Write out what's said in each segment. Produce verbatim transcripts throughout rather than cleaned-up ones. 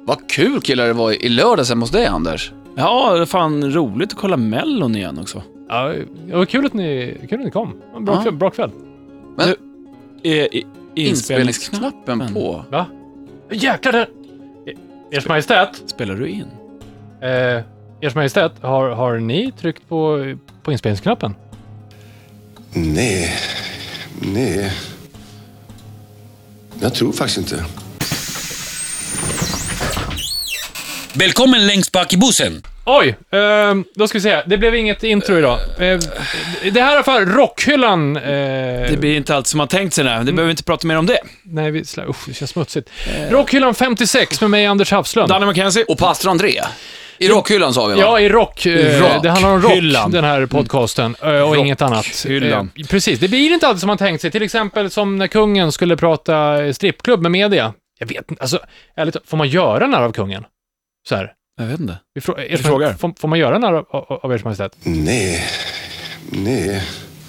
Vad kul killar det var i lördags hemma hos dig, Anders. Ja, det är fan roligt att kolla Mellon igen också. Ja, det var kul att ni, kul att ni kom. Bra, Ja. kväll, bra kväll. Men Nu, är, är, inspelningsknappen på. Va? Jäklar, där! Ers Majestät, Spelar du in? eh, Ers Majestät, har, har ni tryckt på, på inspelningsknappen? Nej, nej. Jag tror faktiskt inte. Välkommen längst bak i bussen. Oj, eh, då ska vi se. Det blev inget intro idag. Eh, det här är för Rockhyllan. Eh, Det blir inte allt som man tänkt sig där. Det behöver vi inte prata mer om det. Nej, vi, usch, det känns smutsigt. Rockhyllan femtiosex med mig, Anders Hafslund. Danny McKenzie. Och pastor André. I rockhyllan sa vi, va? Ja, i rock. eh, Rock. Det handlar om rock, Hyllan. den här podcasten, eh, och inget annat. Hyllan. Eh, Precis, det blir inte alltid som man tänkt sig. Till exempel som när kungen skulle prata strippklubb med media. Jag vet inte, alltså, ärligt, får man göra narr av kungen? Så här. Jag vet inte. Vi frå- er, Vi frågar. Får, får man göra narr av, av, av Ers Majestät? Nej, nej.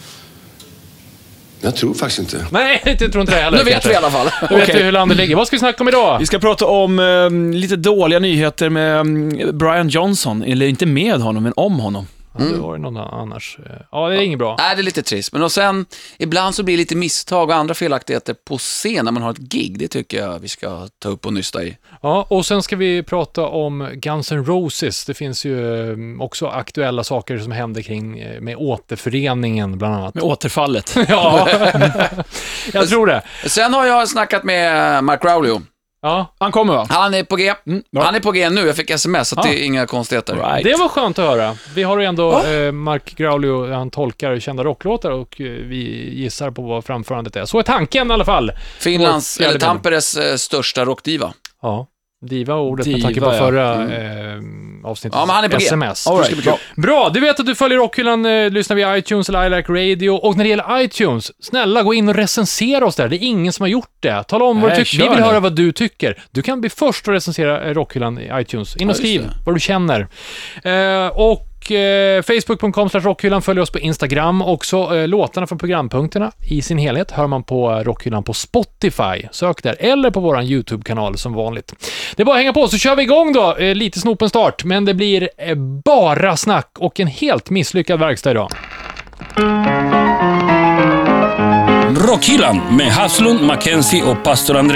Jag tror faktiskt inte. Nej, jag tror inte det heller. Nu vet kanske. vi i alla fall. Då vet Okej. vi hur landet ligger. Vad ska vi snacka om idag? Vi ska prata om eh, lite dåliga nyheter med eh, Brian Johnson. Eller inte med honom, men om honom. Ja, det var det någon annars. Ja, det är inget bra. Nej, det är lite trist. Men och sen, ibland så blir det lite misstag och andra felaktigheter på scen när man har ett gig. Det tycker jag vi ska ta upp och nysta i. Ja, och sen ska vi prata om Guns N' Roses. Det finns ju eh, också aktuella saker som händer kring eh, med återföreningen bland annat. Med återfallet. Ja, jag tror det. Sen har jag snackat med Mark Raulio. Ja, Han kommer, va? Han är på G. Mm, bra. Han är på G nu. Jag fick sms, så att det är inga konstigheter. Right. det var skönt att höra. Vi har ju ändå eh, Mark Graulio, han tolkar kända rocklåtar och eh, vi gissar på vad framförandet är. Så är tanken i alla fall. Finlands, Vår fjärde eller Tamperes eh, största rockdiva. Ja, diva ordet med Diva, tanke på ja. förra Mm. eh, avsnittet. Ja, men han är på G. sms. All All right, right, bra. Bra, du vet att du följer Rockhyllan, eh, lyssnar via iTunes eller I Like Radio. Och när det gäller iTunes, snälla gå in och recensera oss där. Det är ingen som har gjort det. Tala om vad du Nej, tycker. Vi kör vill nu. höra vad du tycker. Du kan bli först att recensera eh, Rockhyllan i iTunes. In och Ja, just skriv det. vad du känner. Eh, och eh, facebook punkt com slash rockhyllan, följer oss på Instagram också. Eh, låtarna från programpunkterna i sin helhet hör man på Rockhyllan på Spotify. Sök där. Eller på våran YouTube-kanal som vanligt. Det är bara att hänga på, så kör vi igång då. Eh, lite snopen start, men det blir eh, bara snack och en helt misslyckad verkstad idag. Rockhyllan med Hafslund, McKenzie och pastor André.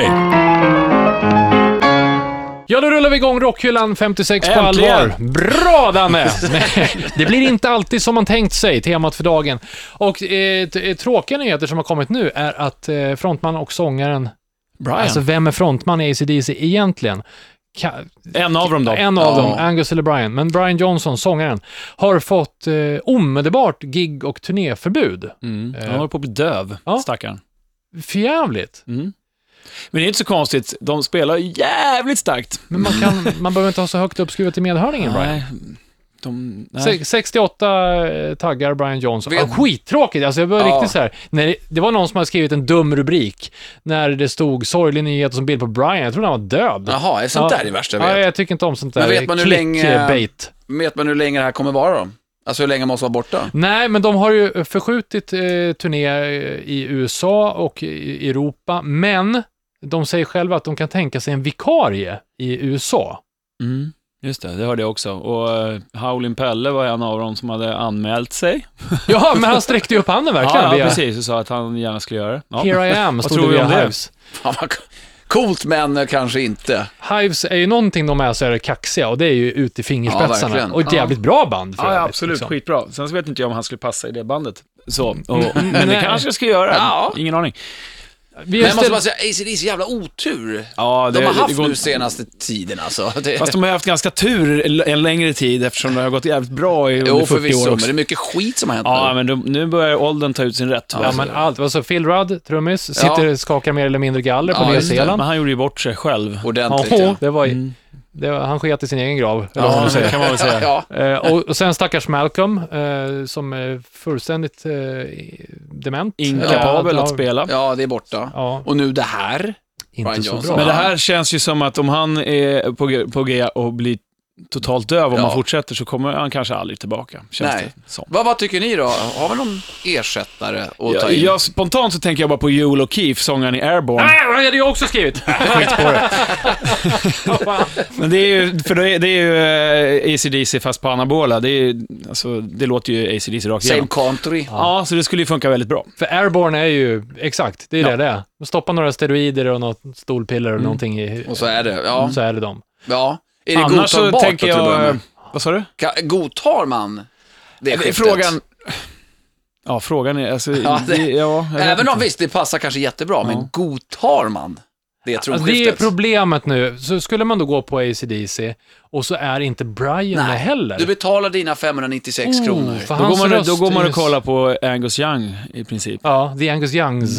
Ja, då rullar vi igång Rockhyllan femtiosex på Äntligen. allvar. Bra, Danne! Det blir inte alltid som man tänkt sig, temat för dagen. Och eh, t- tråkiga nyheter som har kommit nu är att eh, frontman och sångaren, Brian. alltså vem är frontman i A C D C egentligen? Ka- en av dem då. En av Ja. dem, Angus eller Brian. Men Brian Johnson, sångaren, har fått eh, omedelbart gig- och turnéförbud. Mm. Eh. Han håller på att bli döv, Ja. stackaren. Förjävligt. Mm. Men det är inte så konstigt. De spelar jävligt starkt. Men man, kan, man behöver inte ha så högt uppskruvat i medhörningen, Brian. Nej. De, nej. Se- sextioåtta eh, taggar Brian Johnson. Vet- Ja, skittråkigt. Alltså jag var Ja. riktigt så här. När det, det var någon som hade skrivit en dum rubrik när det stod sorglig nyhet som bild på Brian. Jag trodde han var död. Jaha, är sånt Ja. där är det värsta jag Ja, vet. jag tycker inte om sånt där. Men vet man hur länge- Clickbait. Vet man hur länge det här kommer vara då? Alltså hur länge man måste vara borta? Nej, men de har ju förskjutit eh, turné i U S A och i Europa. Men de säger själva att de kan tänka sig en vikarie i U S A. Mm. Just det, det hörde jag också. Och uh, Howlin' Pelle var en av dem som hade anmält sig. Ja, men han sträckte ju upp handen verkligen. Ja, ja via precis. Och sa att han gärna skulle göra det. Ja. Here I am, Vad stod tror det vi via om det? Hives. Fan vad coolt, men eh, kanske inte. Hives är ju någonting de är så här kaxiga och det är ju ut i Ja, fingerspetsarna. verkligen. Och ett jävligt bra band för Ja, ja, övrigt, absolut. liksom. Skitbra. Sen så vet inte jag om han skulle passa i det bandet. Så, och, men Nej. det kanske jag ska göra. Ja. Ingen aning. Vi Men har jag måste ställt... bara säga, A C D C jävla otur. Ja, det, De har det haft går- nu senaste tiden alltså. Det... Fast de har haft ganska tur en längre tid eftersom det har gått jävligt bra i under Jo, fyrtio förvisso, år men också. det är mycket skit som har hänt Ja, nu. men de, nu börjar åldern ta ut sin rätt. Ja, tyvärr. men allt. Alltså Phil Rudd, trummis, sitter Ja. skakar mer eller mindre galler på Ja, Nya just det. Zeeland. Men han gjorde ju bort sig själv. Ordentligt, Ja, ja. det var, Mm. det var, han sket i sin egen grav. eller vad Ja, man det säger. kan man väl säga. Ja. Eh, och, och sen stackars Malcolm, eh, som är fullständigt eh, dement. Inkapabel Ja, att spela. Ja, det är borta. Ja, Och nu det här. inte Brian så Johnson. bra. Men det här känns ju som att om han är på, G- på G och blir totalt döv om Ja. man fortsätter så kommer han kanske aldrig tillbaka. Känns Nej. det som. Vad, vad tycker ni då? Har vi någon ersättare att ta Jag, in? jag, spontant så tänker jag bara på Joel O'Keefe, sångaren i Airborne. Nej, det hade jag också skrivit. Skit på det. Men det är ju, för det är, det är ju uh, A C D C fast på anabola. Det, är, alltså, det låter ju A C D C rakt Same igenom. country. Ja, så det skulle ju funka väldigt bra. För Airborne är ju, exakt, det är Ja. det det är. Stoppa några steroider och något stolpiller och någonting i, Och så är det, ja. så är det dem. ja. Är det Annars så godtagbart tänker då, till att börja jag... med? Vad sa du? Ka- Godtar man det Det är skiftet? frågan... Ja, frågan är... Alltså, Ja, det- det, ja, jag vet Även om inte. visst, det passar kanske jättebra, men Ja. godtar man det Alltså, det är tronskiftet? problemet nu. Så skulle man då gå på A C D C och så är inte Brian med heller. Du betalar dina femhundranittiosex Oh, kronor. för Då går, hans man, röst då går man är och kollar på Angus Young i princip. Ja, The Angus Youngs.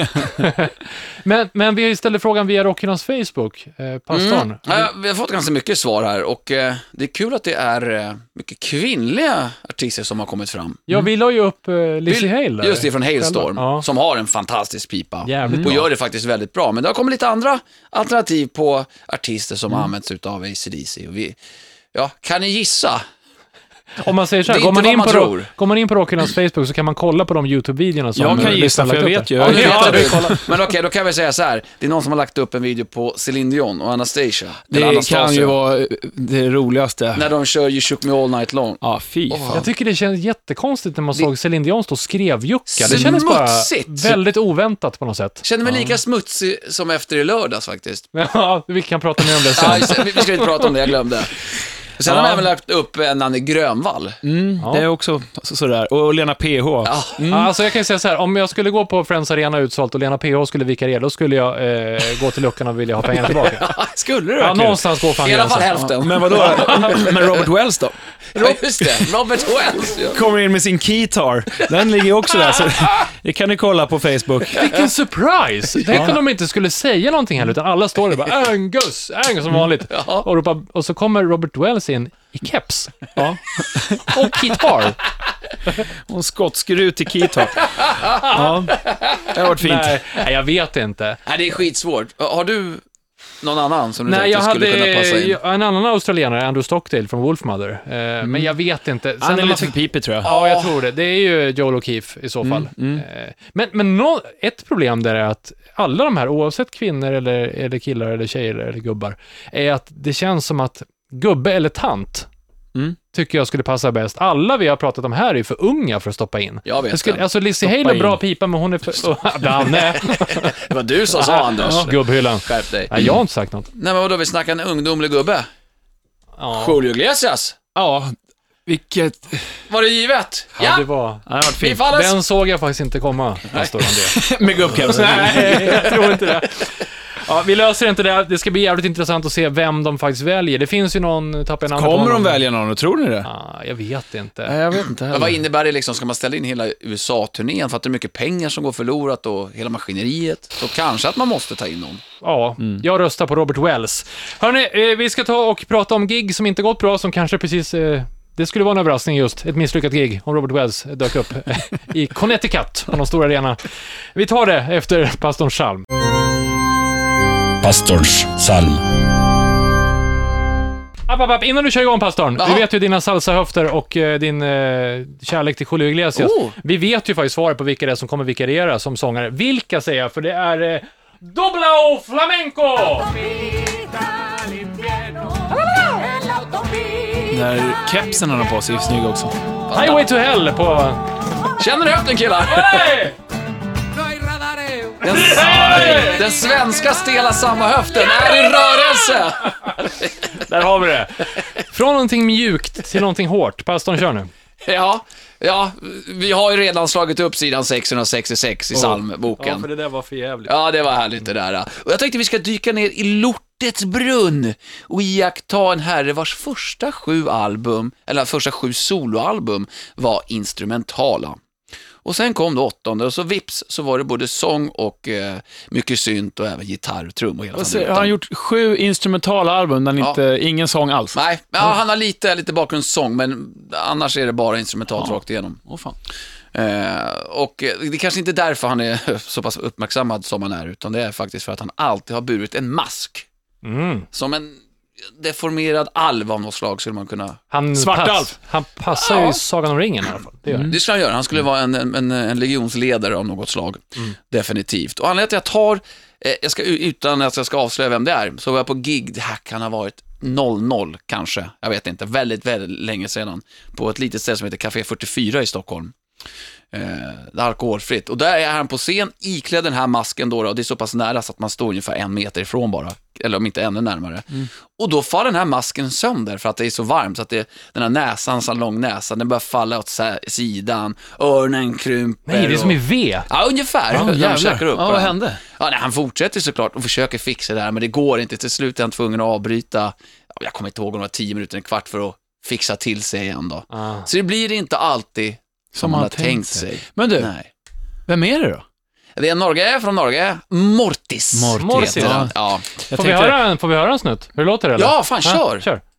men, men vi har ju ställt frågan via Rockhyllans Facebook, eh, pastorn. Mm. Ja, vi har fått ganska mycket svar här och eh, det är kul att det är eh, mycket kvinnliga artister som har kommit fram. Ja, vi la ju upp eh, Lizzie Vill- Hale där. Just det, från Hailstorm, Ja. som har en fantastisk pipa. Jävligt och bra. gör det faktiskt väldigt bra. Men det har kommit lite andra alternativ på artister som har använts utav A C D C. Och vi, ja, kan ni gissa? Om man säger så här, Det är går inte man, in vad på man Ro- tror. går man in på Rockhyllans Facebook så kan man kolla på de YouTube-videorna som Jag kan eh, gissa, lyssnarna för jag lagt vet upp ju. där. Ja, du Ja, vet du det. kollar. Men okej, då kan vi säga så här. Det är någon som har lagt upp en video på Celine Dion och Anastasia. eller Det Anastasia, kan ju vara det roligaste. när de kör You Shook Me All Night Long. Ja, fy fan. Jag tycker det känns jättekonstigt när man såg Celine Dion stå och skrevjucka. Det Smutsigt. kändes bara väldigt oväntat på något sätt. Känner mig lika smutsig som efter i lördags faktiskt. Ja, vi kan prata mer om det Ja, sen. just det. vi vi ska inte prata om det, jag glömde. Sen har de även lagt upp en Nanne Grönvall. Mm, Ja. Det är också så, sådär. Och Lena P H. Ja. Ja, alltså jag kan säga så här, om jag skulle gå på Friends Arena utsålt och Lena P H skulle vikariera, då skulle jag eh, gå till luckan och vilja ha pengarna tillbaka. Skulle du Ja, verkligen? någonstans går fan I alla fall gränsen. hälften. Men vadå? Men Robert Wells då? Ja, just det. Robert Wells. Ja. Kommer in med sin keytar. Den ligger ju också där, så det kan ni kolla på Facebook. Vilken surprise! Tänk om de inte skulle säga någonting heller, utan alla står där bara Angus, Angus som vanligt. Ja. Och, ropar, och så kommer Robert Wells in i keps. Ja. Och gitarr. Och en skottskrut i keytar. Ja, det har varit fint. Nej, nej, jag vet inte. Nej, det är skitsvårt. Har du någon annan som du Nej, jag tänkte skulle kunna passa hade in? en annan australienare, Andrew Stockdale från Wolfmother. Eh, Men jag vet inte. Sen Han när är man lite fick- för pipig, tror jag. Ja, jag tror det. Det är ju Joel O'Keefe i så fall. Eh, Men, men nå- ett problem där är att alla de här, oavsett kvinnor eller, eller killar eller tjejer eller gubbar, är att det känns som att gubbe eller tant Mm. tycker jag skulle passa bäst. Alla vi har pratat om här är för unga för att stoppa in. Jag vet Jag skulle, det. alltså Lizzie Stoppa Hale har bra in. pipa, men hon är för... Danne! Det var du som sa, Anders. Ja, gubbhyllan. Skärp dig. Nej, jag har inte sagt något. Nej, men vadå, vi snackar en ungdomlig gubbe. Ja, Julio Iglesias. Ja, vilket... Var det givet? ja, Ja, det var... Det har varit vi fint. falles. Den såg jag faktiskt inte komma, pastor André. Med gubbkepsen. Nej, jag tror inte det. Ja, vi löser inte det. Det ska bli jävligt intressant att se vem de faktiskt väljer. Det finns ju någon, tappar namnet på Kommer de honom. välja någon? Tror ni det? Ja, jag vet inte. Nej, jag vet inte Men heller. vad innebär det liksom? Ska man ställa in hela U S A-turnén för att det är mycket pengar som går förlorat och hela maskineriet? Så kanske att man måste ta in någon. Ja, jag röstar på Robert Wells. Hörrni, eh, vi ska ta och prata om gig som inte gått bra, som kanske precis... Eh, det skulle vara en överraskning just, ett misslyckat gig om Robert Wells dök upp i Connecticut på någon stor arena. Vi tar det efter pastorns psalm. Pastorns psalm. App, app, app. Innan du kör igång, pastorn. Jaha. Vi vet ju dina salsahöfter och eh, din eh, kärlek till Julio Iglesias. Oh. Vi vet ju faktiskt svaret på vilka det är som kommer vikariera som sångare. Vilka säger jag? För det är eh, Doblao Flamenco! Den där kepsen han har på sig är snygg också. Highway to Hell på... Känner ni höften, killar? Hey! Den, den svenska stela samma höften är i rörelse. Där har vi det. Från någonting mjukt till någonting hårt. Pastorn, kör nu. Ja, ja, vi har ju redan slagit upp sidan sexhundrasextiosex i psalmboken. det där var för jävligt. Ja, det var härligt det där. Och jag tänkte vi ska dyka ner i Lortets brunn och iaktta en herre vars första sju album, eller första sju soloalbum var instrumentala. Och sen kom det åttonde och så vips så var det både sång och eh, mycket synt och även gitarr, trum och hela Alltså, faderuttan. har han gjort sju instrumentala album, men Ja. inte, ingen sång alls? Nej, ja, han har lite, lite bakgrundssång, men annars är det bara instrumentalt Ja. rakt igenom. Åh fan. Eh, och eh, det är kanske inte därför han är så pass uppmärksammad som han är, utan det är faktiskt för att han alltid har burit en mask. Mm. Som en, deformerad alv av något slag skulle man kunna... Han, Svartalv. pass, han passar ju i Sagan om ringen i alla fall. Det gör. Det skulle han göra. Han skulle vara en, en, en legionsledare av något slag. Definitivt. Och anledningen till att jag tar, eh, jag ska, utan att jag ska avslöja vem det är, så var jag på gig, det här kan ha varit noll noll kanske, jag vet inte, väldigt, väldigt länge sedan, på ett litet ställe som heter Café fyrtiofyra i Stockholm. Eh, det är alkoholfritt. Och där är han på scen, iklädd den här masken då, och det är så pass nära så att man står ungefär en meter ifrån bara, eller om inte ännu närmare. Mm. Och då faller den här masken sönder för att det är så varmt, så att det, den här näsan, så lång näsa, den börjar falla åt sidan, öronen krymper. Nej, det är som och... i V. Ja, ungefär. Ja, De jävlar. käkar upp Ja, vad den. hände? Ja, nej, han fortsätter såklart och försöker fixa det här, men det går inte. Till slut är han tvungen att avbryta. Jag kommer inte ihåg om det var tio minuter, en kvart för att fixa till sig igen då. Ah. Så det blir inte alltid som, som man har tänkt sig. sig. Men du, Nej. vem är det då? Det är Norge, från Norge. Mortis. Mortis, heter ja. den. Ja. Får, vi höra en, får vi höra en snutt? Hur låter det? Eller? Ja, fan, kör. Ja, kör.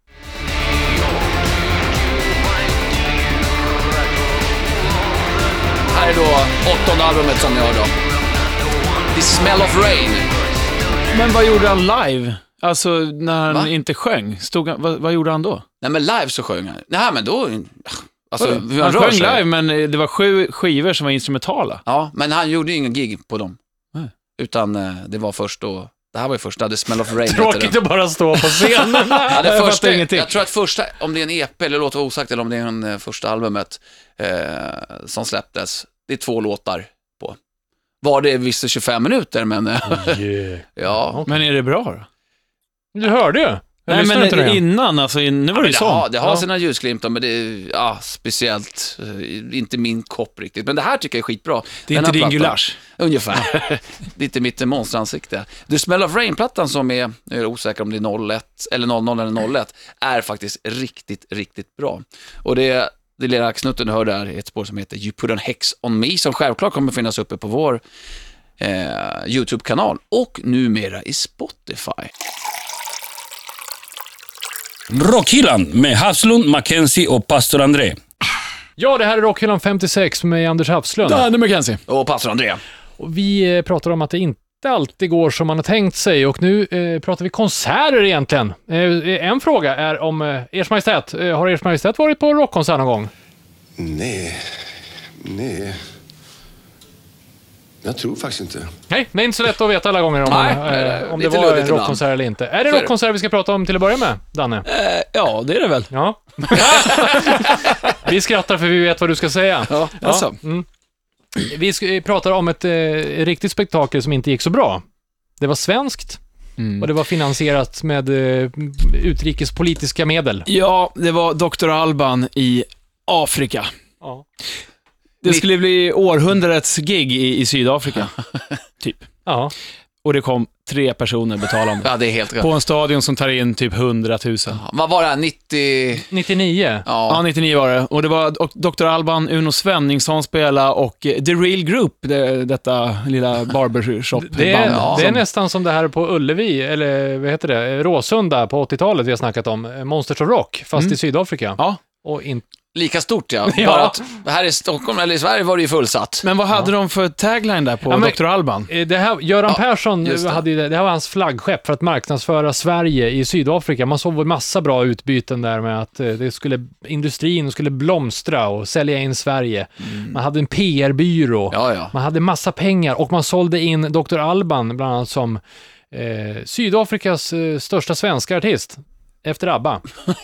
Här är då åttonde albumet som ni hör då. The Smell of Rain. Men vad gjorde han live? Alltså, när han Va? inte sjöng. Stod han, vad, vad gjorde han då? Nej, men live så sjöng han. Nej, men då... Alltså, hur han han rör sjöng sig. live, men det var sju skivor som var instrumentala. Ja, men han gjorde ju ingen gig på dem. Nej. Utan eh, det var först då... Det här var ju första, The Smell of Rain. heter Tråkigt den. att bara stå på scenen. Ja, det Jag första, fattar ingenting. jag tror att första, om det är en E P eller låter osagt, eller om det är en eh, första albumet eh, som släpptes, det är två låtar på. Var det visst tjugofem minuter, men eh, Yeah. ja. Men är det bra då? Du hörde ju. Jag Nej, lyssnade inte men det. innan, alltså, in, nu var det ju Det sånt. har, det har Ja. sina ljusglimtar, men det är ja, speciellt eh, inte min kopp riktigt. Men det här tycker jag är skitbra. Det är Den inte här din plattan- gulasch. Ungefär. Lite mitt monsteransikte. The Smell of Rain-plattan som är, jag är osäker om det är noll ett eller noll noll eller noll ett, är faktiskt riktigt, riktigt bra. Och det, det lilla knutten du hör där är ett spår som heter You Put On Hex On Me, som självklart kommer finnas uppe på vår eh, YouTube-kanal och numera i Spotify. Rockhyllan med Havslund, Mackenzie och Pastor André. Ja, det här är Rockhyllan femtiosex med Anders Havslund. Danne McKenzie. Och Pastor André. Och vi eh, pratar om att det inte alltid går som man har tänkt sig, och nu eh, pratar vi konserter egentligen. Eh, en fråga är om eh, Ers Majestät, eh, har Ers Majestät varit på rockkonsert någon gång? Nej, nej. Jag tror faktiskt inte. Nej, det är inte så lätt att veta alla gånger om, Nej, man, nej, eh, om det lite var luddigt en ibland. rockkonsert eller inte. Är det För- rockkonsert vi ska prata om till att börja med, Danne? Eh, ja, det är det väl. Ja. Vi skrattar för vi vet vad du ska säga. Ja. Alltså. Mm. Vi sk- pratar om ett eh, riktigt spektakel som inte gick så bra. Det var svenskt Mm. och det var finansierat med eh, utrikespolitiska medel. Ja, det var doktor Alban i Afrika. Ja. Det skulle bli århundradets gig i, i Sydafrika. Typ. Ja. Och det kom tre personer betalande. Ja, det är helt rätt. På en stadion som tar in typ hundratusen. Vad var det här? nittio... nittionio. Ja, Ja, nittionio var det. Och det var och doktor Alban, Uno Svenningsson spela och eh, The Real Group, det, detta lilla barbershop-band. Det är, Ja. det är som- nästan som det här på Ullevi, eller vad heter det, Råsunda på åttiotalet vi har snackat om. Monsters of Rock, fast Mm. i Sydafrika. Ja, Och in, lika stort ja. Ja. Bara att här i Stockholm eller i Sverige var det ju fullsatt. men vad hade de för tagline där på Ja, men- doktor Alban? eh, det här, Göran Ja, Persson just det. hade ju det, det här var hans flaggskepp för att marknadsföra Sverige i Sydafrika. Man såg en massa bra utbyten där med att eh, det skulle, industrin skulle blomstra och sälja in Sverige. Man hade en P R-byrå. Ja, ja. Man hade massa pengar och man sålde in doktor Alban bland annat som eh, Sydafrikas eh, största svenska artist. Efter ABBA.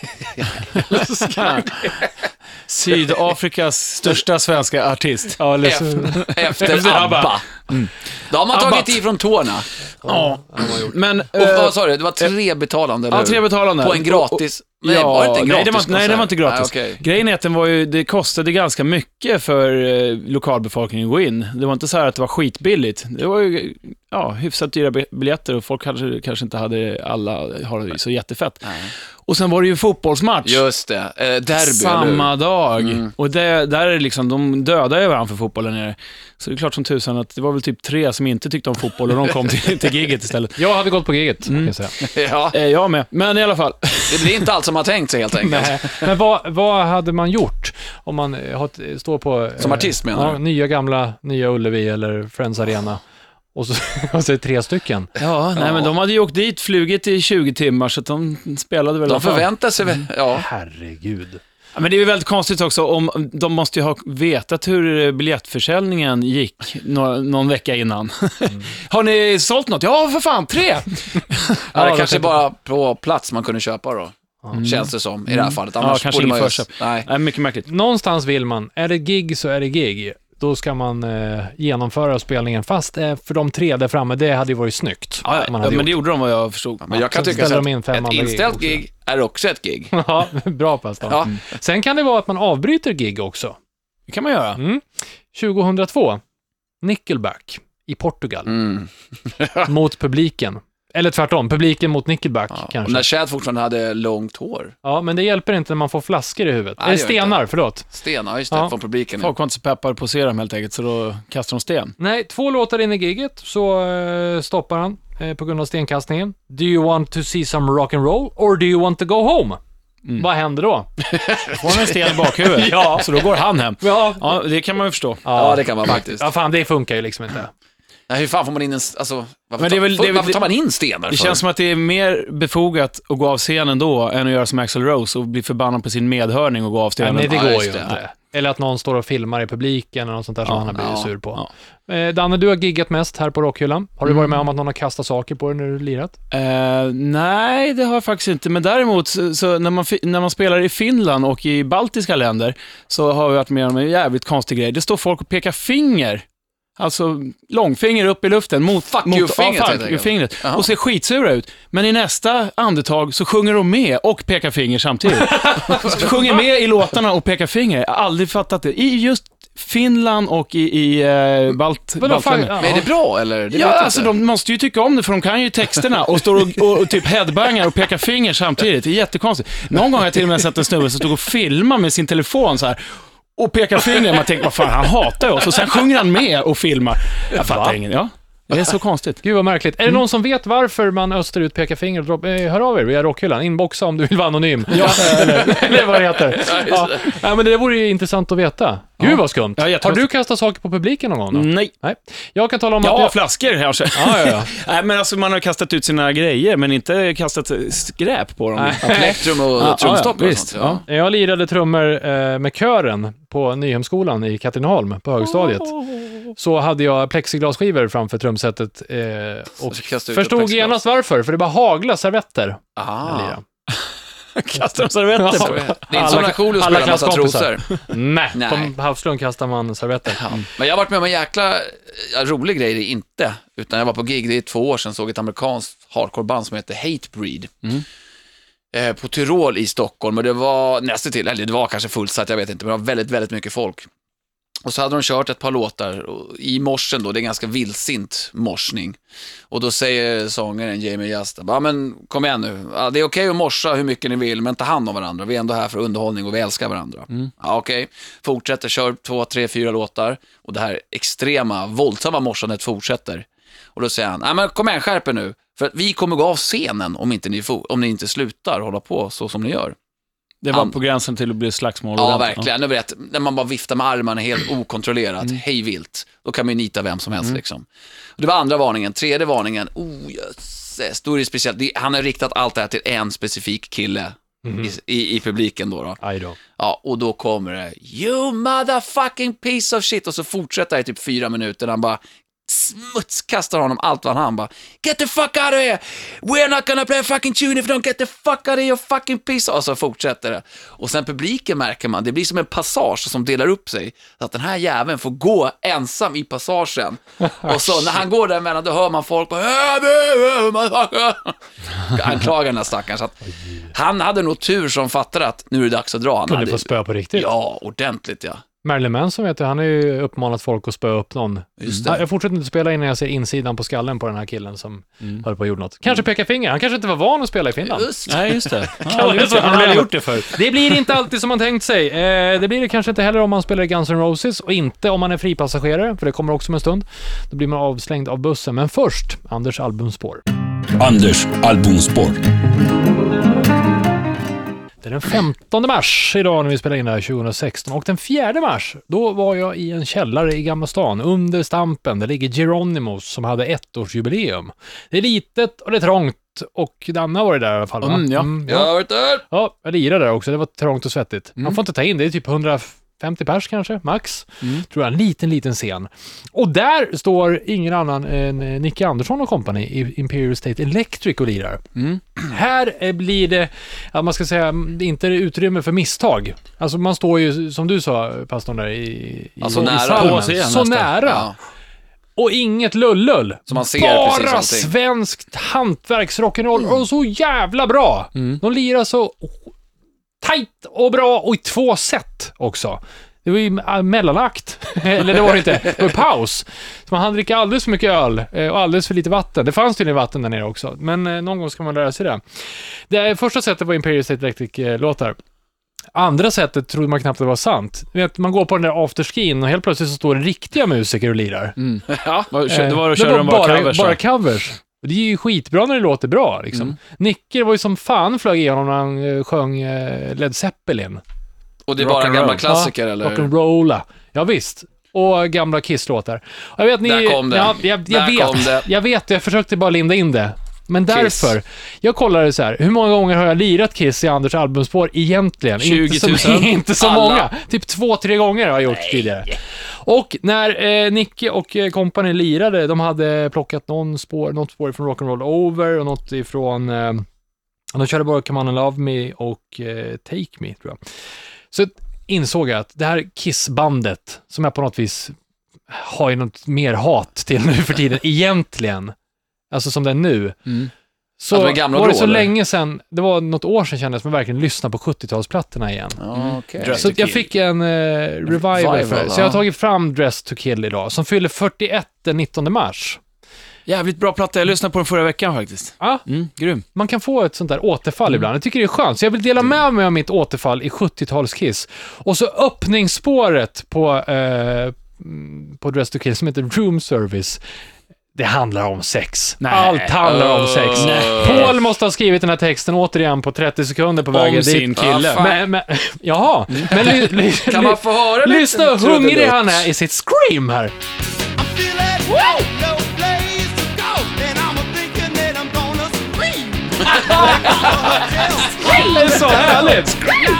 Sydafrikas största svenska artist. Ja, eller så, Efter, efter Efter ABBA. ABBA. Då har man ABBA. tagit ifrån tårna. Ja, men... Och eh, vad sa du? Det var tre betalande, eller Ja, hur? tre betalande. På en gratis... Nej, ja, var det inte en nej, gratis det var, inte- nej, det var inte gratis. Nej, okej. Grejen är att den var ju, det kostade ganska mycket för eh, lokalbefolkningen att gå in. Det var inte så här att det var skitbilligt. Det var ju ja, hyfsat dyra bi- biljetter och folk kanske, kanske inte hade alla har det ju så jättefett. Nej. Och sen var det ju fotbollsmatch. Just det. Eh, derby, eller hur? Samma dag. Mm. Och det, där är det liksom, de dödar ju varandra för fotbollen nere. Så det är klart som tusan att det var väl typ tre som inte tyckte om fotboll och de kom till, till giget istället. jag hade gått på giget, kan jag säga. Ja, Eh, jag med. Men i alla fall. det blir inte allt som man tänkt sig helt enkelt. Nej. Men vad, vad hade man gjort om man eh, har, ett- står på... Som eh, artist, menar ja, du? nya gamla, nya Ullevi eller Friends Arena Och så, och så är det tre stycken. Ja, nej, Ja. men de hade ju åkt dit, flugit i tjugo timmar, så att de spelade väl. De förväntar sig väl, ja. Herregud. Ja, men det är ju väldigt konstigt också, om de måste ju ha vetat hur biljettförsäljningen gick nå- någon vecka innan. Mm. Har ni sålt något? Ja, för fan, tre! Ja, det Ja, kanske det- bara på plats man kunde köpa då. Mm. Känns det som, i det här fallet. Annars kanske borde man ingen ju... förköp. Nej. Nej, mycket märkligt. Någonstans vill man, är det gig så är det gig. Då ska man eh, genomföra spelningen. Fast eh, för de tre där framme, det hade ju varit snyggt. Ja, om man ja, hade men det gjort. gjorde de vad jag förstod. Men jag kan Så tycka ställer så de in att fem ett andra gig inställt också. gig är också ett gig. Ja, bra Pastan. Ja. Sen kan det vara att man avbryter gig också. Det kan man göra. Mm. tjugohundratvå, Nickelback i Portugal Mm. mot publiken. Eller tvärtom, publiken mot Nickelback Ja. Och kanske. när Chad fortfarande hade långt hår. Ja, men det hjälper inte när man får flaskor i huvudet. Nej, Eller det gör stenar, förlåt. Sten, ja just det, Ja. från publiken. Folk var inte så peppade på att se dem helt enkelt, så då kastar de sten. Nej, två låtar in i giget så eh, stoppar han eh, på grund av stenkastningen. Do you want to see some rock and roll or do you want to go home? Mm. Vad händer då? Får han en sten i bakhuvudet, Ja. så då går han hem. Ja, Ja, det kan man ju förstå. Ja, det kan man faktiskt. ja, fan, det funkar ju liksom inte. Nej, hur fan får man in en... Alltså, varför, Men det är väl- tar, det är väl- varför tar man in stenar Det för? känns som att det är mer befogat att gå av scenen då än att göra som Axl Rose och bli förbannad på sin medhörning och gå av Nej, scenen. nej, det Ja, går just ju det. inte. Eller att någon står och filmar i publiken eller något sånt där som Ja, han har blivit ja, sur på. ja. Eh, Danne, du har giggat mest här på Rockhyllan. Har du varit med om att någon har kastat saker på dig när du lirat? Eh, nej, det har jag faktiskt inte. Men däremot, så, så när, man, fi- när man spelar i Finland och i baltiska länder så har vi varit med om en jävligt konstig grej. Det står folk och pekar finger. Alltså långfinger upp i luften mot, Fuck mot you-fingret, ja, helt fuck enkelt. you-fingret. Jaha. Och ser skitsura ut. Men i nästa andetag så sjunger de med och pekar finger samtidigt. Sjunger med i låtarna och pekar finger. Jag har aldrig fattat det. I just Finland och i, i uh, Balt, Vadå, fan, baltländer. ja. Men är det bra, eller? Det vet Ja, jag alltså inte. de måste ju tycka om det, för de kan ju texterna och står och, och, och typ headbangar och pekar finger samtidigt. Det är jättekonstigt. Någon gång har jag till och med sett en snubbe som stod och filmade med sin telefon så här och pekar finger. Man tänker, vad fan, han hatar oss. Och sen sjunger han med och filmar. Jag fattar ingen. Ja, det är så konstigt. Gud vad märkligt. Är det någon som vet varför man österut pekar finger och dropp, eh, hör av er via Rockhyllan. Inboxa om du vill vara anonym. Ja. eller, eller vad det heter. Ja. Ja, men det vore ju intressant att veta. Gud vad skumt. Ja, har jättekonstigt. du kastat saker på publiken någon gång då? Nej. Nej. Jag kan tala om att Ja, jag... flaskor kanske. Ja, ja, ja. Nej, men alltså man har kastat ut sina grejer, men inte kastat skräp på dem. Nej. Plektrum och Ja, trumstock ja, och visst, sånt. Ja. Jag lirade trummor eh, med kören på Nyhemskolan i Katrineholm på högstadiet. Så hade jag plexiglasskivor framför trumsetet eh, och Så kastade ut förstod plexiglas. genast varför, för det bara hagla servetter. Jag Aha. lirade. Kastar de servetter Ja. på. Det är inte som när Coolio alla spelar massa klasskompisar. trosor. Nej, Nej. på Havslund kastar man servetter. Ja. Men jag har varit med om en jäkla ja, rolig grej, det är inte. Utan jag var på gig, det är två år sedan, såg ett amerikanskt hardcoreband som heter Hatebreed. Mm. Eh, på Tyrol i Stockholm. Och det var nästan till, eller det var kanske fullsatt, jag vet inte. Men det var väldigt, väldigt mycket folk. Och så hade de kört ett par låtar och i morsen då, det är en ganska vildsint morsning. Och då säger sångaren Jamie Justa, ja men kom igen nu, ja, det är okej att morsa hur mycket ni vill, men ta hand om varandra. Vi är ändå här för underhållning och vi älskar varandra. Mm. Ja okej, fortsätter, kör två, tre, fyra låtar. Och det här extrema, våldsamma morsandet fortsätter. Och då säger han, ja men kom igen, skärp er nu. För att vi kommer gå av scenen om inte ni, fo- om ni inte slutar hålla på så som ni gör. Det var Han- på gränsen till att bli slagsmål. Ja, ordentligt. verkligen. Nu vet, när man bara viftar med armarna helt okontrollerat, Mm. hej vilt, då kan man ju nita vem som helst liksom. Och det var andra varningen. Tredje varningen, oh jösses, då är det speciellt. Det, han har riktat allt det här till en specifik kille Mhm. i, i, i publiken då, då. Aj då. Ja, och då kommer det, you motherfucking piece of shit, och så fortsätter det i typ fyra minuter. Han bara smutskastar honom allt vad han bara, get the fuck out of here, we're not gonna play a fucking tune if you don't get the fuck out of your fucking piece, och så fortsätter det. Och sen publiken märker man, det blir som en passage som delar upp sig, så att den här jäveln får gå ensam i passagen. Och så när han går där mellan, då hör man folk bara, anklagar den här stackaren. Så att han hade nog tur som fattade att nu är det dags att dra. Han Kunde hade, få spö på riktigt. ja, ordentligt ja. Marilyn Manson vet du, han har ju uppmanat folk att spöa upp någon. Just det. Ja, jag fortsätter inte spela innan jag ser insidan på skallen på den här killen som höll på att gjort något. Kanske peka finger, han kanske inte var van att spela i Finland. Just. Nej, just det. Ja, Ja, det är så han har aldrig problemet. gjort det förr. Det blir inte alltid som man tänkt sig. Eh, det blir det kanske inte heller om man spelar i Guns N' Roses och inte om man är fripassagerare, för det kommer också om en stund. Då blir man avslängd av bussen. Men först, Anders albumspår. Anders albumspår. Det den femtonde mars idag när vi spelar in det här tjugohundrasexton. Och den fjärde mars, då var jag i en källare i Gamla stan. Under Stampen, där ligger Geronimos som hade ettårsjubileum. Det är litet och det är trångt. Och Danna var det där i alla fall, va? Mm, ja. Mm, Jag har varit där. Ja, jag lirade där också. Det var trångt och svettigt. Mm. Man får inte ta in, det är typ hundrafemtio pers kanske, max. Mm. Tror jag, en liten, liten scen. Och där står ingen annan än Nicky Andersson och company i Imperial State Electric och lirar. Mm. Här blir det, ja, man ska säga, inte utrymme för misstag. Alltså man står ju, som du sa, pastorn där, i, i, Alltså i nära. salmen. På scen Så nästan. nära. Ja. Och inget lullull. Så man ser precis Bara allting. svenskt hantverksrock'n'roll och så jävla bra. Mm. De lirar så tajt och bra och i två set också. Det var ju mellanakt. Eller det var det inte. Det var paus. Så man hann dricka alldeles för mycket öl och alldeles för lite vatten. Det fanns tydligen vatten där nere också. Men någon gång ska man lära sig det. Det första setet var Imperial State Electric-låtar. Andra sättet trodde man knappt det var sant. Vet, man går på den där afterskin och helt plötsligt så står det riktiga musiker och lirar. Mm. Ja, var, Eh, det var att det köra var de bara bara covers. bara covers. Och det är ju skitbra när det låter bra liksom. Mm. Nicke var ju som fan flög igenom när han uh, sjöng uh, Led Zeppelin. Och det är Rock bara and gamla roll. klassiker, eller? Rock'n'rolla. Ja visst. Och gamla Kiss-låtar. Och jag vet ni, Där kom det. Ja, jag, jag, Där kom vet. det. Jag vet, jag försökte bara linda in det. Men Kiss. därför, jag kollade så här, hur många gånger har jag lirat Kiss i Anders albumspår egentligen? tjugo tusen. Inte så, inte så Alla. många. Typ två, tre gånger har jag gjort tidigare. Och när eh, Nicke och eh, company lirade, de hade plockat någon spår, något spår från Rock'n'Roll Over och något ifrån, eh, de körde bara Come On and Love Me och eh, Take Me, tror jag. Så insåg jag att det här Kiss-bandet, som jag på något vis har ju något mer hat till nu för tiden, egentligen, alltså som det är nu, Mm. så Att de är gamla var det då, så eller? länge sedan, det var något år sedan kändes man verkligen lyssna på sjuttiotalsplattorna igen. Ja, okej. Dress Så to jag Kill. fick en eh, revival, Revival, för det. Så ja. jag har tagit fram Dress to Kill idag, som fyller fyrtioett den nittonde mars. Jävligt bra platta, jag lyssnade på den förra veckan faktiskt. Ja, Mm, grym. man kan få ett sånt där återfall Mm. ibland. Jag tycker det är skönt, så jag vill dela med mig av mitt återfall i sjuttiotalskiss. Och så öppningsspåret på, eh, på Dress to Kill som heter Room Service. Det handlar om sex. Nej. Allt handlar om sex. Nej. Paul måste ha skrivit den här texten återigen på trettio sekunder på vägen Om dit. sin kille. Ja, fan. Men, men, jaha, men ly, ly, Kan man få höra lite lyssna hur trudelutt? hungrig han är i sitt scream här. Det är så härligt.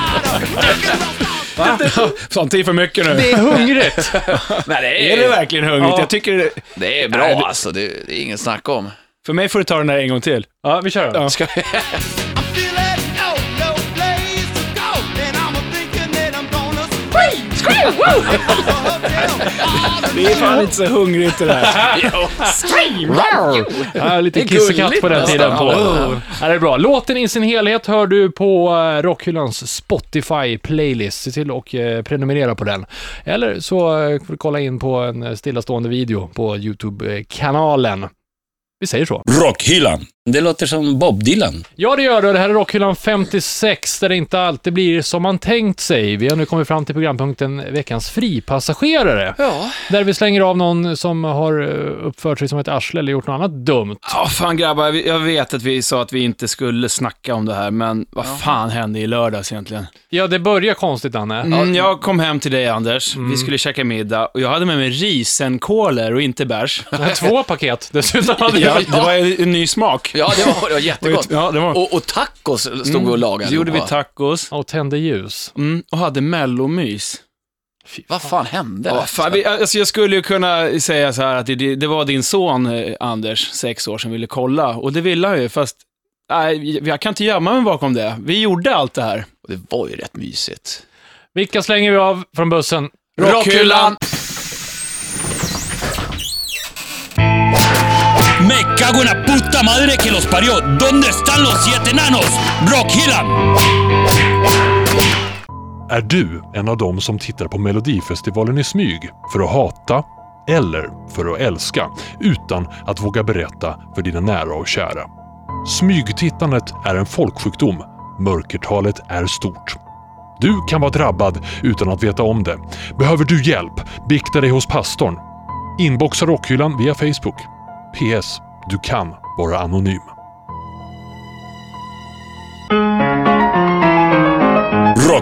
Va? Sånt är för mycket nu. Det är hungrigt. Nej, det Är det är, verkligen hungrigt? Ja. Jag tycker det, det är bra Nej, det- alltså. Det, det är ingen snack om. för mig får du ta den där en gång till. Ja, vi kör då. Ja. Ska vi... Det är fan inte så hungrigt det där. Ja, lite Det är kissekatt gulligt på den nästan. tiden. På. Ja. Ja, det är bra. Låten i sin helhet hör du på eh, Rockhyllans Spotify-playlist. Se till och eh, prenumerera på den. Eller så eh, får du kolla in på en eh, stillastående video på YouTube-kanalen. Vi säger så. Rockhyllan. Det låter som Bob Dylan. Ja, det gör det. Det här är Rockhyllan femtiosex, där det inte alltid blir som man tänkt sig. Vi har nu kommit fram till programpunkten Veckans fripassagerare. Ja. Där vi slänger av någon som har eh, uppfört sig som ett arsle eller gjort något annat dumt. Ja, fan grabbar, vi- jag vet att vi sa att vi inte skulle snacka om det här, men vad fan hände i lördags egentligen? Ja, det börjar konstigt, Anne. Mm, jag kom hem till dig, Anders. Vi skulle käka middag och jag hade med mig risenkoler och inte bärs. Jag har två paket dessutom. Hade Ja, jag. det var en en ny smak. Ja, det var, det var jättegott. Ja, det var... Och, och tacos stod vi och lagade. Så gjorde vi allihopa. tacos Och tände ljus. mm, och hade mellomys. Vad fan hände? Ja, fan, vi, alltså jag skulle ju kunna säga så här att det, det var din son, eh, Anders, sex år, som ville kolla. Och det ville han ju, fast nej, jag kan inte gömma mig bakom det. Vi gjorde allt det här. Och det var ju rätt mysigt. Vilka slänger vi av från bussen? Rockhyllan! Me cago en la puta madre que los parió. ¿Dónde están los siete enanos? Rockhyllan. Är du en av dem som tittar på Melodifestivalen i smyg för att hata eller för att älska utan att våga berätta för dina nära och kära? Smygtittandet är en folksjukdom. Mörkertalet är stort. Du kan vara drabbad utan att veta om det. Behöver du hjälp? Bikta dig hos pastorn. Inboxa Rockhyllan via Facebook. P S. Du kan vara anonym.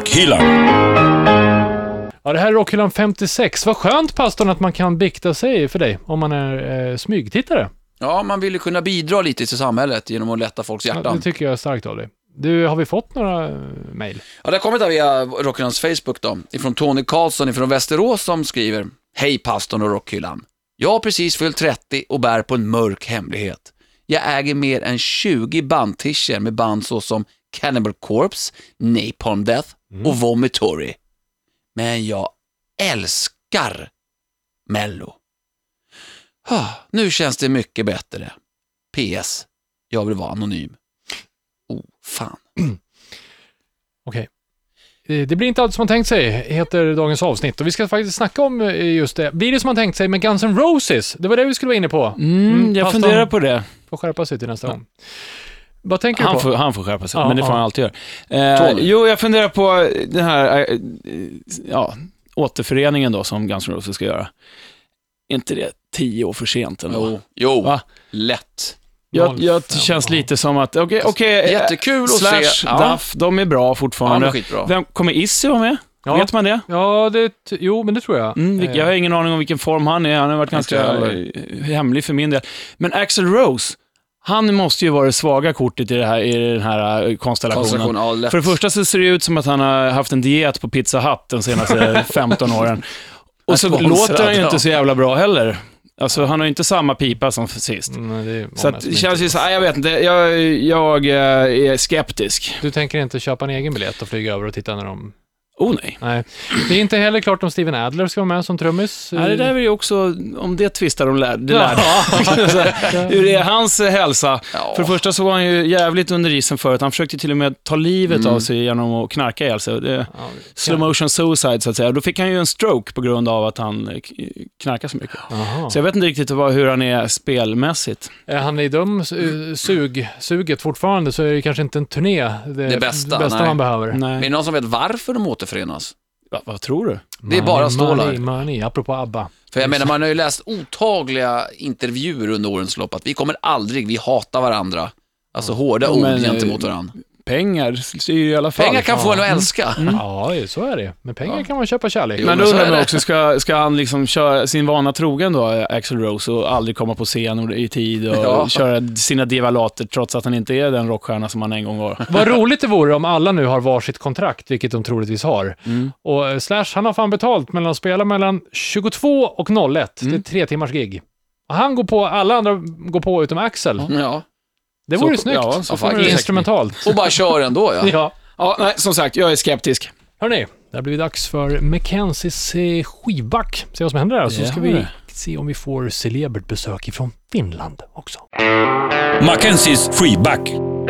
Rockhyllan. Ja, det här är Rockhyllan femtiosex. Vad skönt, pastorn, att man kan bikta sig för dig om man är eh, smygtittare. Ja, man vill ju kunna bidra lite till samhället genom att lätta folks Ja, hjärtan. det tycker jag är starkt av dig. Du, har vi fått några uh, mejl? Ja, det har kommit här via Rockhyllans Facebook då. Ifrån Tony Karlsson ifrån Västerås som skriver: Hej pastorn och Rockhyllan. Jag har precis fyllt trettio och bär på en mörk hemlighet. Jag äger mer än tjugo bandtischer med band såsom Cannibal Corpse, Napalm Death och Vomitory. Men jag älskar Mello. Ah, nu känns det mycket bättre. P S. Jag vill vara anonym. Oh, fan. Okej. Okay. Det blir inte allt som man tänkt sig, heter dagens avsnitt. Och vi ska faktiskt snacka om just det. Blir det som man tänkt sig med Guns N' Roses? Det var det vi skulle vara inne på. Mm, jag funderar på det. Får skärpa sig till nästa gång. Vad tänker Han du på? får, han får skärpa sig, Ja, men det får ja. han alltid göra. Eh, jo, jag funderar på den här eh, ja, återföreningen då som Guns N' Roses ska göra. Är inte det tio år för sent ändå? Jo, jo. Va? Lätt. Jag, jag det känns lite som att, okej, okay, okay, Jättekul att Slash, se. Ja. Duff, de är bra fortfarande. Ja, de är skitbra. Vem kommer Izzy vara med? Ja. Vet man det? Ja, det, jo, men det tror jag. Mm, jag har ingen aning om vilken form han är. Han har varit ganska heller. hemlig för min del. Men Axl Rose, han måste ju vara det svaga kortet i, det här, i den här konstellationen. Konstellation, ja, lätt. För det första så ser det ut som att han har haft en diet på Pizza Hut de senaste femton åren. Och så Sponsrad, låter han ju ja. inte så jävla bra heller. Alltså han har ju inte samma pipa som sist. Mm, det är Så många att, som det känns inte- ju så här, jag vet inte, jag, jag eh, är skeptisk. Du tänker inte köpa en egen biljett och flyga över och titta när de... Oh nej. Nej. Det är inte heller klart om Steven Adler ska vara med som trummis. Nej, det där är ju också, om det tvistar de lär, det Ja. lärde. Så här, hur är hans hälsa? Ja. För det första så var han ju jävligt under isen förut. Han försökte till och med ta livet Mm. av sig genom att knarka ihjäl sig. Det, Ja, slow motion suicide så att säga. Då fick han ju en stroke på grund av att han eh, k- knarkar så mycket. Aha. Så jag vet inte riktigt vad, hur han är spelmässigt. Är han i dum sug, suget fortfarande så är det kanske inte en turné det, Det bästa, bästa nej. man behöver. Är Nej. det någon som vet varför de återförenas? Va, vad tror du? Det är bara stålar. Money, money, apropå ABBA. För jag menar, man har ju läst otagliga intervjuer under årens lopp att vi kommer aldrig, vi hatar varandra. Alltså hårda Ja, ord men, gentemot eh, varandra. Pengar styr ju i alla fall. Pengar kan få en att älska. Ja, så är det. Med pengar kan man köpa kärlek. Jo, Men men då så undrar är man det. också, ska, ska han liksom köra sin vana trogen då, Axl Rose, och aldrig komma på scen i tid och Ja. köra sina divalater trots att han inte är den rockstjärna som han en gång var? Vad roligt det vore om alla nu har varsitt kontrakt, vilket de troligtvis har. Mm. Och eh, Slash, han har fan betalt mellan att spela mellan tjugotvå och noll ett. Mm. Det är tre timmars gig. Och han går på, alla andra går på utom Axel. Ja. Det vore ju Så- snyggt. ja, så Ja, får faktiskt. man ju- Instrumentalt. Och bara kör ändå, ja. Ja. Ja, nej, som sagt, jag är skeptisk. Hörrni, det har blivit dags för Mackenzies eh, skivback. Se vad som händer där. Så Det ska har vi det. se om vi får celebert besök ifrån Finland också. Mackenzies freeback.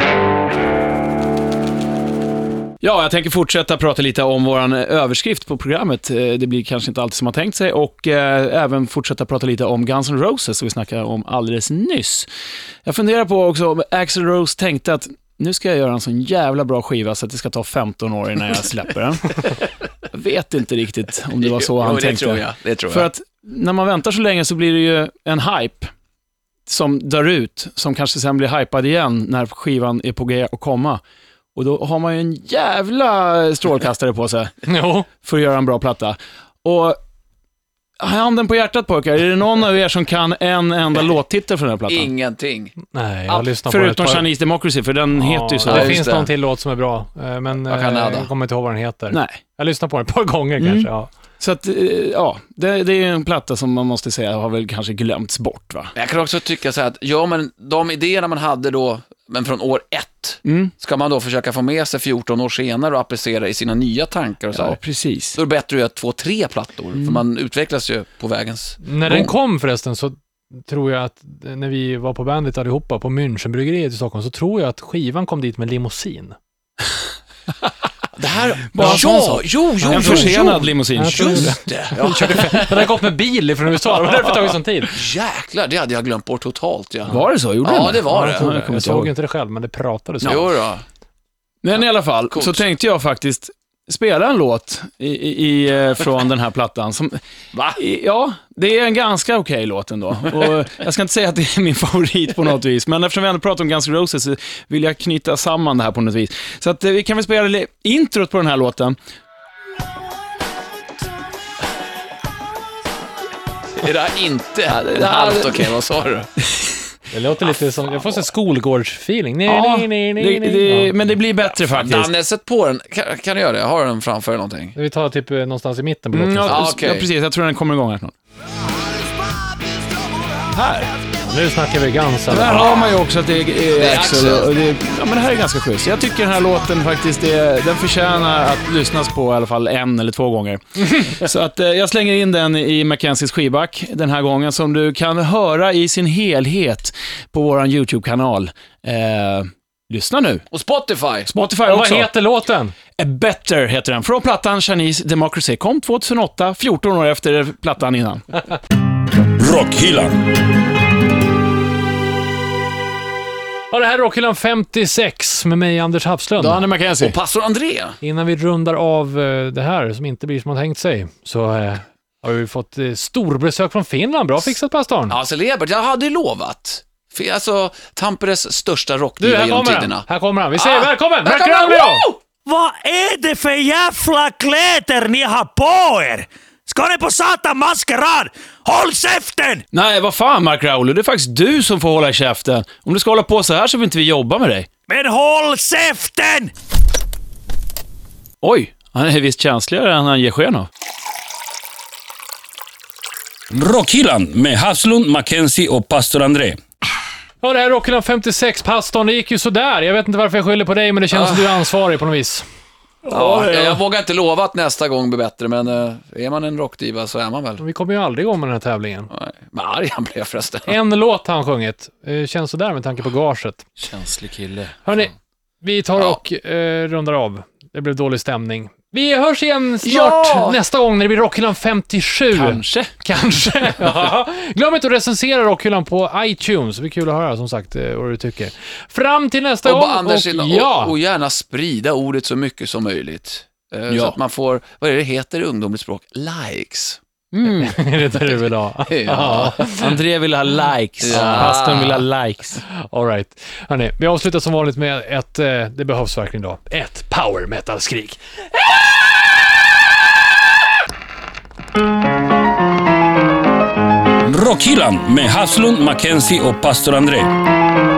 Ja, jag tänker fortsätta prata lite om våran överskrift på programmet. Eh, Det blir kanske inte alltid som man tänkt sig. Och eh, även fortsätta prata lite om Guns N' Roses som vi snackade om alldeles nyss. Jag funderar på också om Axl Rose tänkte att nu ska jag göra en sån jävla bra skiva så att det ska ta femton år innan jag släpper den. Jag vet inte riktigt om det var så han Jo, det tänkte. tror jag. Det tror För jag. att när man väntar så länge så blir det ju en hype som dör ut, som kanske sen blir hypad igen när skivan är på g att komma. Och då har man ju en jävla strålkastare på sig Jo. för att göra en bra platta. Och handen på hjärtat pojkar, är det någon av er som kan en enda låttitel från den här plattan? Ingenting. Nej, jag har Ja, lyssnat på det Förutom ett par- Chinese Democracy, för den heter ju så. Ja, det just finns det. någon till låt som är bra, eh, men Jag kan eh, nada. jag kommer inte ihåg vad den heter. Nej. Jag har lyssnat på den ett par gånger Mm. kanske. Ja. Så att, eh, ja, det, det är en platta som man måste säga har väl kanske glömts bort, va? Men jag kan också tycka så här att, ja men de idéerna man hade då, men från år ett, Mm. ska man då försöka få med sig fjorton år senare och applicera i sina nya tankar och så här. Ja, precis. Då är det bättre att göra två, tre plattor, för man utvecklas ju på vägens När den gång. kom förresten så tror jag att eh, när vi var på bandet allihopa på Münchenbryggeriet i Stockholm så tror jag att skivan kom dit med limousin. Det här, Bara en sån ja, sak. jo, jo, En jo, försenad jo. limousin. Jag tror Just det. Ja. Den har gått med bil från U S A, det var därför det tagit sån tid. Jäklar, det hade jag glömt bort totalt. Ja, Var det så? Gjorde ja den det var jag, tror det. det. jag kommer jag inte såg ihåg. ju inte det själv, men det pratades om. Jo då. Men i alla fall, Coolt. så tänkte jag faktiskt, spela en låt i, i, i, från den här plattan. Som, Va? I, ja, det är en ganska okej okay låt ändå. Och jag ska inte säga att det är min favorit på något vis, men eftersom vi ändå pratar om Guns N' Roses så vill jag knyta samman det här på något vis. Så att vi kan väl spela introt på den här låten. Är det här inte en halvt okej, okay, vad sa du? Det låter lite som, jag får en skolgårdsfeeling. Nej, ja, nej, nej, nej, det, det, ja. Men det blir bättre faktiskt. Danne, sätt på den. Kan, kan du göra det? Har du den framför eller någonting? Vi tar typ någonstans i mitten på låten. Mm, ja, ah, okay. ja, precis. Jag tror den kommer igång här snart. Här. Nu snackar vi Guns. Där har man ju också att det är, är, det är Axel. Och det, ja, men det här är ganska schysst. Jag tycker den här låten faktiskt är, den förtjänar att lyssnas på i alla fall en eller två gånger. Så att eh, jag slänger in den i Mackenzies skivback den här gången, som du kan höra i sin helhet på våran YouTube-kanal. Eh, lyssna nu. Och Spotify. Spotify Och också. vad heter låten? A Better heter den. Från plattan Chinese Democracy. Kom tjugohundraåtta, fjorton år efter plattan innan. Rockhyllan. Ja, det här är Rockhyllan femtiosex med mig, Anders Hafslund. Danne Mackenzie. Och pastor André. Innan vi rundar av eh, det här, som inte blir som man tänkt sig, så eh, har vi fått eh, storbesök från Finland. Bra fixat, pastorn. Ja, alltså Lebert, jag hade lovat. För, alltså, Tamperes största Du, rockdiva här genom kommer han. tiderna. Här kommer han. Vi säger Ah, välkommen! här kommer han! Välkommen! Wow! Vad är det för jävla kläder ni har på er? Ska ni på satan maskerad? Håll käften! Nej, vad fan Mark Raul, det är faktiskt du som får hålla i käften. Om du ska hålla på så här så vill inte vi jobba med dig. Men håll käften! Oj, han är visst känsligare än han ger sken av. Rockhyllan med Hafslund, Mackenzie och pastor André. Ja, det här är Rockhyllan femtiosex, pastorn. Det gick ju sådär. Jag vet inte varför jag skyller på dig, men det känns som du är ansvarig på något vis. Ja, jag, jag vågar inte lova att nästa gång blir bättre, men uh, är man en rockdiva så är man väl. Vi kommer ju aldrig igång med den här tävlingen. Nej, men arg han blev förresten. En låt har han sjungit. Eh, känns sådär med tanke på gaget. Känslig kille. Hörrni, vi tar Ja. och eh, rundar av. Det blev dålig stämning. Vi hörs igen snart Ja! nästa gång när det blir Rockhyllan femtiosju. Kanske. Kanske. Ja. Glöm inte att recensera Rockhyllan på iTunes. Det blir kul att höra, som sagt, eh, vad du tycker. Fram till nästa Och, gång. bara, Anders, och, och, ja. och gärna sprida ordet så mycket som möjligt. Uh, Ja. Så att man får, vad är det heter i ungdomligt språk? Likes. är det det du vill ha? Ja. André vill ha likes. Ja. Pastorn vill ha likes. All right. Hörrni, vi avslutar som vanligt med ett, eh, det behövs verkligen då, ett power metal-skrik. Rockhyllan med Hafslund, Mackenzie och pastor André.